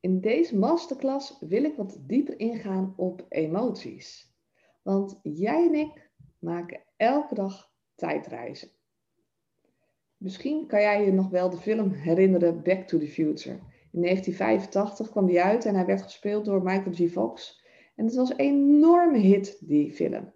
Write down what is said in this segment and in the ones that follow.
In deze masterclass wil ik wat dieper ingaan op emoties. Want jij en ik maken elke dag tijdreizen. Misschien kan jij je nog wel de film herinneren Back to the Future. In 1985 kwam die uit en hij werd gespeeld door Michael J. Fox. En het was een enorme hit, die film.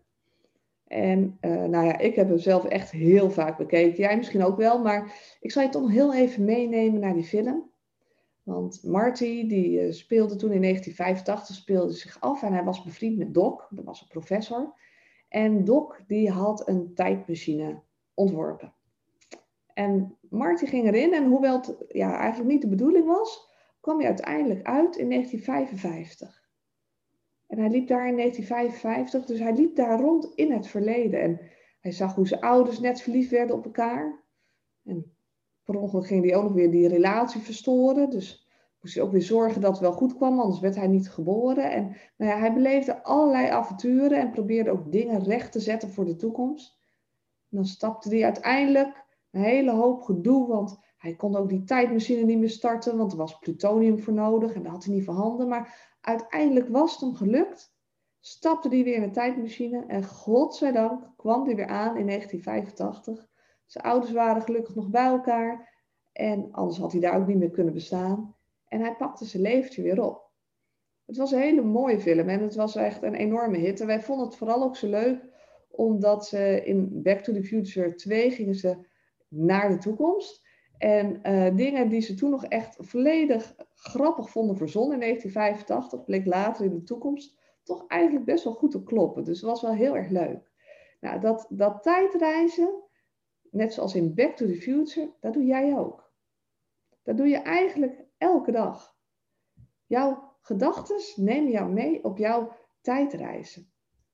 En ik heb hem zelf echt heel vaak bekeken. Jij misschien ook wel, maar ik zal je toch nog heel even meenemen naar die film. Want Marty, die speelde toen in 1985, speelde zich af en hij was bevriend met Doc, dat was een professor. En Doc, die had een tijdmachine ontworpen. En Marty ging erin en hoewel het eigenlijk niet de bedoeling was, kwam hij uiteindelijk uit in 1955. En hij liep daar in 1955, dus hij liep daar rond in het verleden. En hij zag hoe zijn ouders net verliefd werden op elkaar. En per ongeluk ging hij ook nog weer die relatie verstoren. Dus moest hij ook weer zorgen dat het wel goed kwam, anders werd hij niet geboren. En hij beleefde allerlei avonturen en probeerde ook dingen recht te zetten voor de toekomst. En dan stapte hij uiteindelijk een hele hoop gedoe, want hij kon ook die tijdmachine niet meer starten, want er was plutonium voor nodig en dat had hij niet voorhanden. Maar uiteindelijk was het hem gelukt. Stapte hij weer in de tijdmachine en godzijdank kwam hij weer aan in 1985. Zijn ouders waren gelukkig nog bij elkaar en anders had hij daar ook niet meer kunnen bestaan. En hij pakte zijn leventje weer op. Het was een hele mooie film en het was echt een enorme hit. En wij vonden het vooral ook zo leuk omdat ze in Back to the Future 2 gingen ze naar de toekomst. En dingen die ze toen nog echt volledig grappig vonden verzonnen in 1985, bleek later in de toekomst toch eigenlijk best wel goed te kloppen. Dus het was wel heel erg leuk. Nou, dat tijdreizen, net zoals in Back to the Future, dat doe jij ook. Dat doe je eigenlijk elke dag. Jouw gedachten nemen jou mee op jouw tijdreizen.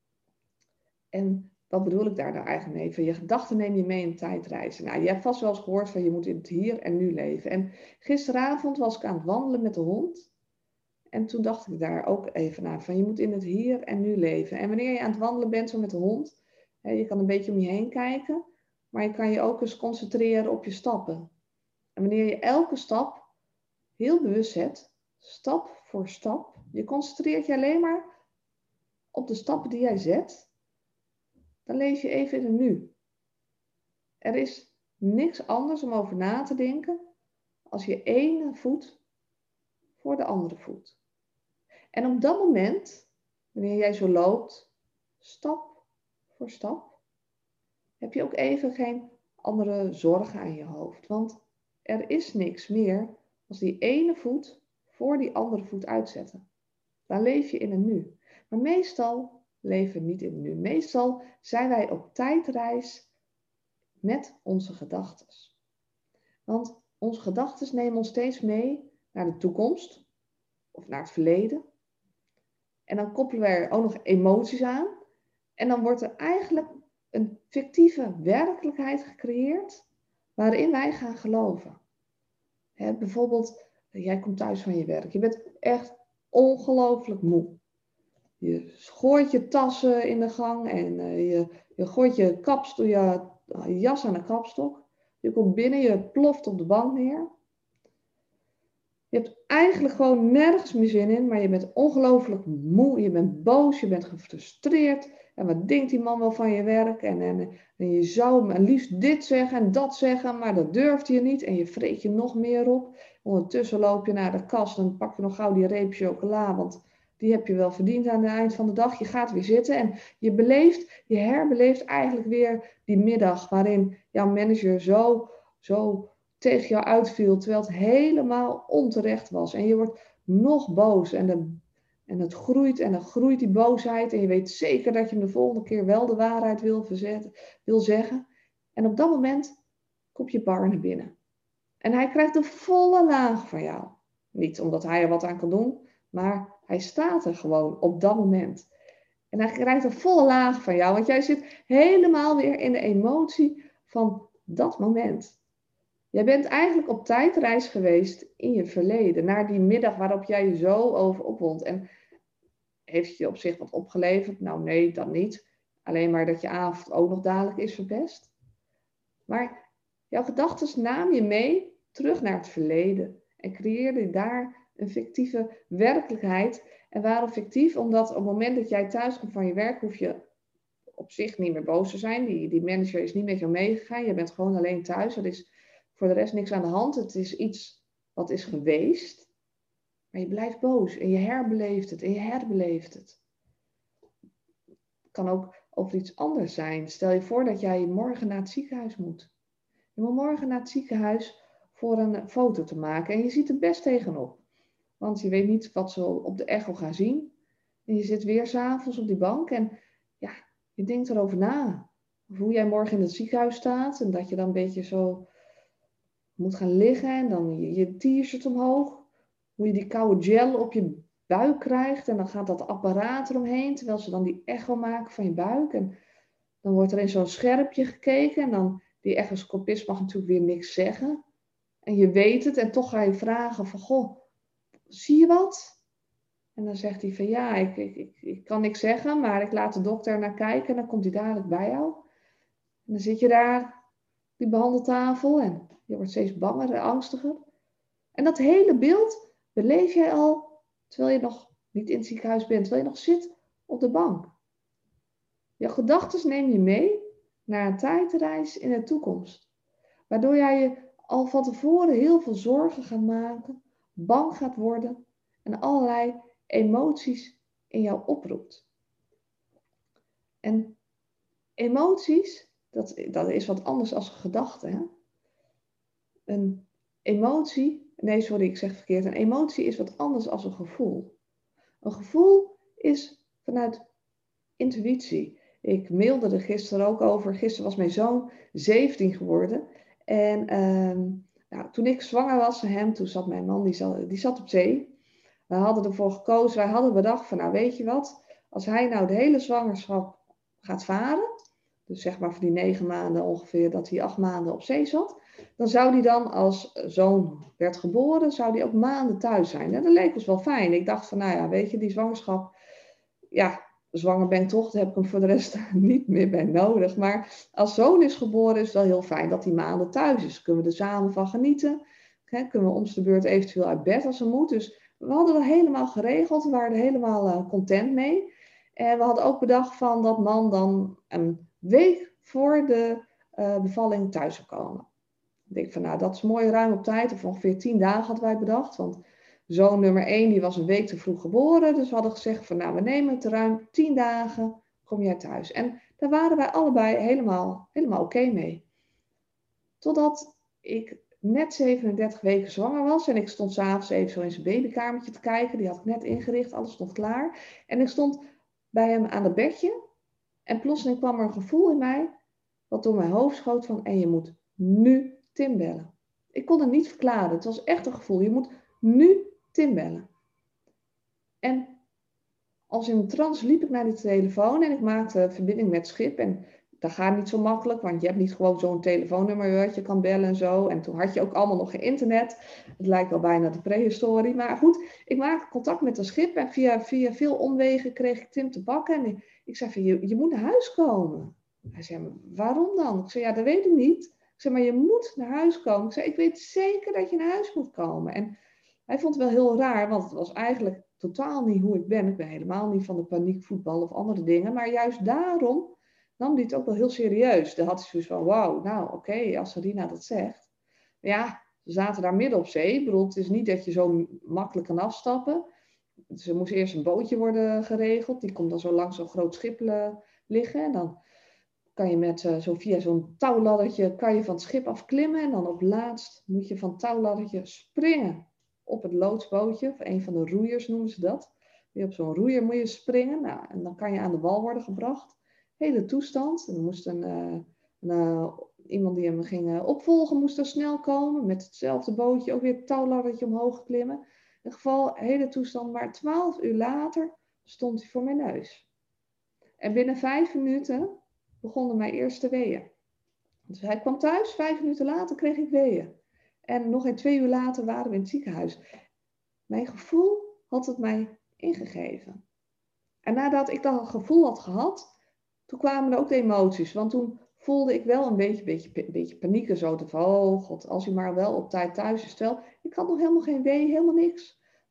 En wat bedoel ik daar nou eigenlijk mee? Van je gedachten neem je mee in tijdreizen. Nou, je hebt vast wel eens gehoord van je moet in het hier en nu leven. En gisteravond was ik aan het wandelen met de hond. En toen dacht ik daar ook even aan van je moet in het hier en nu leven. En wanneer je aan het wandelen bent zo met de hond, je kan een beetje om je heen kijken, maar je kan je ook eens concentreren op je stappen. En wanneer je elke stap heel bewust zet, stap voor stap, je concentreert je alleen maar op de stappen die jij zet, dan leef je even in het nu. Er is niks anders om over na te denken als je ene voet voor de andere voet. En op dat moment, wanneer jij zo loopt, stap voor stap, heb je ook even geen andere zorgen aan je hoofd. Want er is niks meer als die ene voet voor die andere voet uitzetten. Dan leef je in het nu. Maar meestal leven we niet in het nu. Meestal zijn wij op tijdreis met onze gedachten. Want onze gedachten nemen ons steeds mee naar de toekomst of naar het verleden. En dan koppelen we er ook nog emoties aan. En dan wordt er eigenlijk een fictieve werkelijkheid gecreëerd waarin wij gaan geloven. Bijvoorbeeld, jij komt thuis van je werk. Je bent echt ongelooflijk moe. Je gooit je tassen in de gang en je gooit je jas aan de kapstok. Je komt binnen, je ploft op de bank neer. Je hebt eigenlijk gewoon nergens meer zin in, maar je bent ongelooflijk moe, je bent boos, je bent gefrustreerd. En wat denkt die man wel van je werk? En je zou hem liefst dit zeggen en dat zeggen, maar dat durft je niet. En je vreet je nog meer op. Ondertussen loop je naar de kast en pak je nog gauw die reep chocola, want die heb je wel verdiend aan het eind van de dag. Je gaat weer zitten en je herbeleeft eigenlijk weer die middag waarin jouw manager zo tegen jou uitviel, terwijl het helemaal onterecht was. En je wordt nog boos en het groeit en dan groeit die boosheid en je weet zeker dat je hem de volgende keer wel de waarheid wil zeggen. En op dat moment komt je partner binnen. En hij krijgt de volle laag van jou. Niet omdat hij er wat aan kan doen, maar hij staat er gewoon op dat moment. En hij krijgt een volle laag van jou, want jij zit helemaal weer in de emotie van dat moment. Jij bent eigenlijk op tijdreis geweest in je verleden, naar die middag waarop jij je zo over opwond. En heeft het je op zich wat opgeleverd? Nou nee, dan niet. Alleen maar dat je avond ook nog dadelijk is verpest. Maar jouw gedachten namen je mee terug naar het verleden en creëerde daar een fictieve werkelijkheid. En waarom fictief? Omdat op het moment dat jij thuis komt van je werk, hoef je op zich niet meer boos te zijn. Die manager is niet met jou meegegaan. Je bent gewoon alleen thuis. Er is voor de rest niks aan de hand. Het is iets wat is geweest. Maar je blijft boos en je herbeleeft het en je herbeleeft het. Het kan ook over iets anders zijn. Stel je voor dat jij morgen naar het ziekenhuis moet. Je moet morgen naar het ziekenhuis voor een foto te maken. En je ziet er best tegenop. Want je weet niet wat ze op de echo gaan zien. En je zit weer 's avonds op die bank en ja, je denkt erover na. Of hoe jij morgen in het ziekenhuis staat en dat je dan een beetje zo moet gaan liggen en dan je t-shirt omhoog. Hoe je die koude gel op je buik krijgt en dan gaat dat apparaat eromheen terwijl ze dan die echo maken van je buik. En dan wordt er in zo'n schermpje gekeken en dan die echoscopist mag natuurlijk weer niks zeggen. En je weet het en toch ga je vragen van, goh, zie je wat? En dan zegt hij van, ja, ik kan niks zeggen, maar ik laat de dokter naar kijken en dan komt hij dadelijk bij jou. En dan zit je daar op die behandeltafel en je wordt steeds banger en angstiger. En dat hele beeld beleef jij al terwijl je nog niet in het ziekenhuis bent, terwijl je nog zit op de bank. Jouw gedachten neem je mee naar een tijdreis in de toekomst. Waardoor jij je al van tevoren heel veel zorgen gaat maken, bang gaat worden en allerlei emoties in jou oproept. En emoties, dat is wat anders dan gedachten. Hè? Een emotie, nee sorry, ik zeg verkeerd. Een emotie is wat anders dan een gevoel. Een gevoel is vanuit intuïtie. Ik mailde er gisteren ook over. Gisteren was mijn zoon 17 geworden. En toen ik zwanger was van hem, toen zat mijn man, die zat op zee. We hadden ervoor gekozen, wij hadden bedacht van, nou weet je wat, als hij nou de hele zwangerschap gaat varen, dus zeg maar voor die 9 maanden ongeveer, dat hij 8 maanden op zee zat, dan zou hij dan als zoon werd geboren, zou hij ook maanden thuis zijn. En dat leek ons wel fijn. Ik dacht van, nou ja, weet je, die zwangerschap, ja, zwanger ben ik toch, daar heb ik hem voor de rest niet meer bij nodig. Maar als zoon is geboren, is het wel heel fijn dat hij maanden thuis is. Kunnen we er samen van genieten. Kunnen we om de beurt eventueel uit bed als er moet. Dus we hadden dat helemaal geregeld. We waren er helemaal content mee. En we hadden ook bedacht van dat man dan een week voor de bevalling thuis zou komen. Ik denk van, nou, dat is mooi ruim op tijd. Of ongeveer 10 dagen hadden wij bedacht. Want zoon nummer 1, die was een week te vroeg geboren. Dus we hadden gezegd van, nou, we nemen het ruim 10 dagen. Kom jij thuis. En daar waren wij allebei helemaal oké mee. Totdat ik net 37 weken zwanger was. En ik stond 's avonds even zo in zijn babykamertje te kijken. Die had ik net ingericht. Alles stond klaar. En ik stond bij hem aan het bedje. En plotseling kwam er een gevoel in mij. Wat door mijn hoofd schoot van, en je moet nu Tim bellen. Ik kon het niet verklaren. Het was echt een gevoel. Je moet nu Tim bellen. En als in een trance liep ik naar die telefoon en ik maakte verbinding met Schip. En dat gaat niet zo makkelijk, want je hebt niet gewoon zo'n telefoonnummer wat je kan bellen en zo. En toen had je ook allemaal nog geen internet. Het lijkt wel bijna de prehistorie. Maar goed, ik maakte contact met de Schip en via veel omwegen kreeg ik Tim te pakken. En ik zei van, je moet naar huis komen. Hij zei, maar waarom dan? Ik zei, ja, dat weet ik niet. Ik zei, maar je moet naar huis komen. Ik zei, ik weet zeker dat je naar huis moet komen. En hij vond het wel heel raar, want het was eigenlijk totaal niet hoe ik ben. Ik ben helemaal niet van de paniekvoetbal of andere dingen. Maar juist daarom nam hij het ook wel heel serieus. Dan had hij zoiets van, wauw, nou oké, als Sarina dat zegt. Maar ja, ze zaten daar midden op zee. Ik bedoel, het is niet dat je zo makkelijk kan afstappen. Dus er moest eerst een bootje worden geregeld. Die komt dan zo langs zo'n groot schip liggen. En dan kan je via zo'n touwladdertje kan je van het schip afklimmen. En dan op laatst moet je van het touwladdertje springen op het loodsbootje. Of een van de roeiers noemen ze dat. Op zo'n roeier moet je springen. Nou, en dan kan je aan de wal worden gebracht. Hele toestand. En dan moest iemand die hem ging opvolgen moest er snel komen. Met hetzelfde bootje ook weer het touwladdertje omhoog klimmen. In ieder geval, hele toestand. Maar 12 uur later stond hij voor mijn neus. En binnen 5 minuten begonnen mijn eerste weeën. Dus hij kwam thuis, 5 minuten later kreeg ik weeën. En nog geen 2 uur later waren we in het ziekenhuis. Mijn gevoel had het mij ingegeven. En nadat ik dat gevoel had gehad, toen kwamen er ook de emoties. Want toen voelde ik wel een beetje paniek en zo. Van, oh god, als hij maar wel op tijd thuis is. Terwijl ik had nog helemaal geen wee, helemaal niks.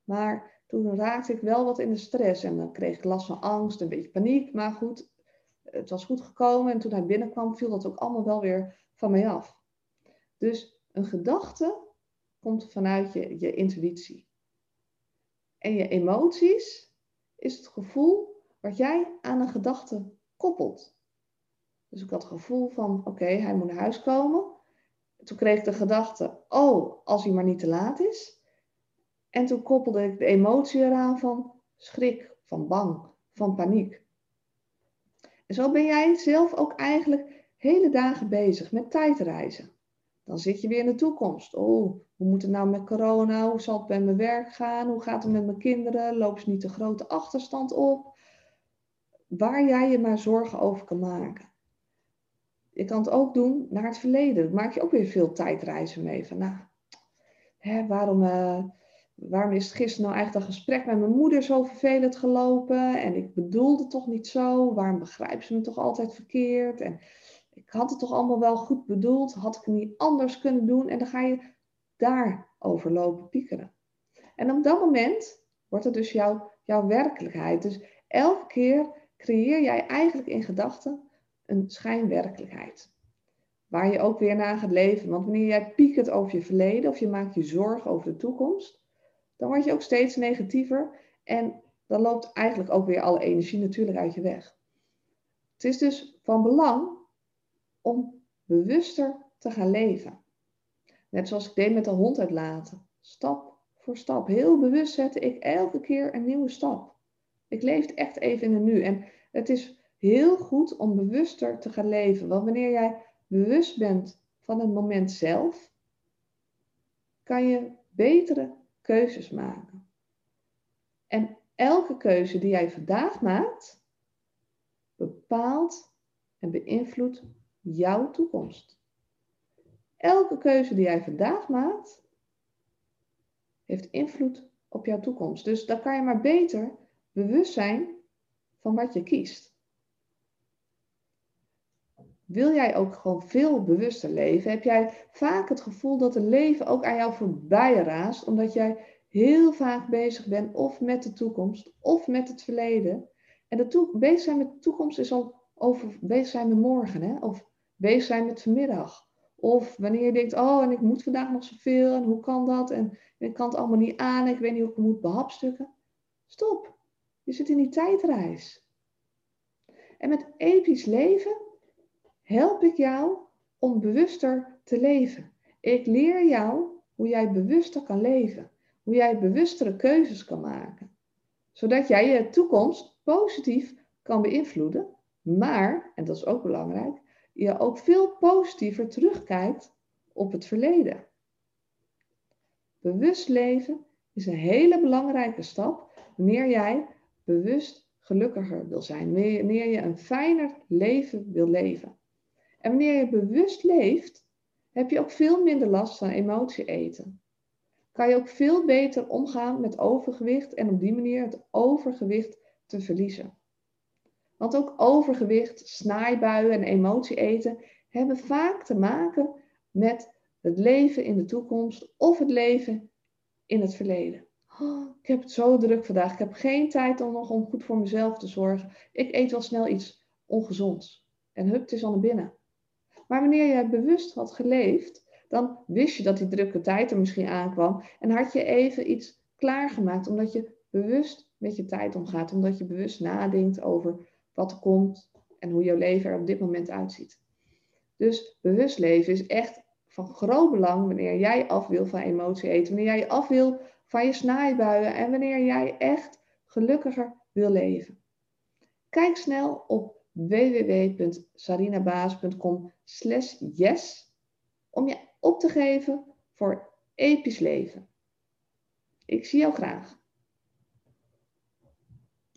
Maar toen raakte ik wel wat in de stress. En dan kreeg ik last van angst, een beetje paniek. Maar goed, het was goed gekomen. En toen hij binnenkwam, viel dat ook allemaal wel weer van mij af. Dus een gedachte komt vanuit je intuïtie. En je emoties is het gevoel wat jij aan een gedachte koppelt. Dus ik had het gevoel van, oké, hij moet naar huis komen. Toen kreeg ik de gedachte, oh, als hij maar niet te laat is. En toen koppelde ik de emotie eraan van schrik, van bang, van paniek. En zo ben jij zelf ook eigenlijk hele dagen bezig met tijdreizen. Dan zit je weer in de toekomst. Oh, hoe moet het nou met corona? Hoe zal het bij mijn werk gaan? Hoe gaat het met mijn kinderen? Lopen ze niet de grote achterstand op? Waar jij je maar zorgen over kan maken. Je kan het ook doen naar het verleden. Dan maak je ook weer veel tijdreizen mee. Van, nou, waarom is het gisteren nou eigenlijk dat gesprek met mijn moeder zo vervelend gelopen? En ik bedoelde het toch niet zo? Waarom begrijpt ze me toch altijd verkeerd? En ik had het toch allemaal wel goed bedoeld? Had ik het niet anders kunnen doen? En dan ga je daarover lopen piekeren. En op dat moment wordt het dus jouw werkelijkheid. Dus elke keer creëer jij eigenlijk in gedachten een schijnwerkelijkheid. Waar je ook weer naar gaat leven. Want wanneer jij piekert over je verleden of je maakt je zorgen over de toekomst, dan word je ook steeds negatiever. En dan loopt eigenlijk ook weer alle energie natuurlijk uit je weg. Het is dus van belang om bewuster te gaan leven. Net zoals ik deed met de hond uitlaten. Stap voor stap. Heel bewust zette ik elke keer een nieuwe stap. Ik leefde echt even in het nu. En het is heel goed om bewuster te gaan leven. Want wanneer jij bewust bent van het moment zelf, kan je betere keuzes maken. En elke keuze die jij vandaag maakt, bepaalt en beïnvloedt jouw toekomst. Elke keuze die jij vandaag maakt, heeft invloed op jouw toekomst. Dus dan kan je maar beter bewust zijn van wat je kiest. Wil jij ook gewoon veel bewuster leven? Heb jij vaak het gevoel dat het leven ook aan jou voorbij raast, omdat jij heel vaak bezig bent of met de toekomst of met het verleden? En bezig zijn met de toekomst is al over bezig zijn met morgen, hè? Of bezig zijn met vanmiddag. Of wanneer je denkt, oh, en ik moet vandaag nog zoveel en hoe kan dat? En ik kan het allemaal niet aan, ik weet niet hoe ik het moet behapstukken. Stop, je zit in die tijdreis. En met episch leven help ik jou om bewuster te leven. Ik leer jou hoe jij bewuster kan leven. Hoe jij bewustere keuzes kan maken. Zodat jij je toekomst positief kan beïnvloeden. Maar, en dat is ook belangrijk, je ook veel positiever terugkijkt op het verleden. Bewust leven is een hele belangrijke stap wanneer jij bewust gelukkiger wil zijn. Wanneer je een fijner leven wil leven. En wanneer je bewust leeft, heb je ook veel minder last van emotie eten. Kan je ook veel beter omgaan met overgewicht en op die manier het overgewicht te verliezen. Want ook overgewicht, snaaibuien en emotie eten hebben vaak te maken met het leven in de toekomst of het leven in het verleden. Oh, ik heb het zo druk vandaag. Ik heb geen tijd om goed voor mezelf te zorgen. Ik eet wel snel iets ongezonds. En hup, het is al naar binnen. Maar wanneer je bewust had geleefd, dan wist je dat die drukke tijd er misschien aankwam. En had je even iets klaargemaakt, omdat je bewust met je tijd omgaat. Omdat je bewust nadenkt over wat er komt en hoe jouw leven er op dit moment uitziet. Dus bewust leven is echt van groot belang wanneer jij af wil van emotie eten. Wanneer jij af wil van je snaaibuien. En wanneer jij echt gelukkiger wil leven. Kijk snel op www.sarinabaas.com/yes om je op te geven voor episch leven. Ik zie jou graag.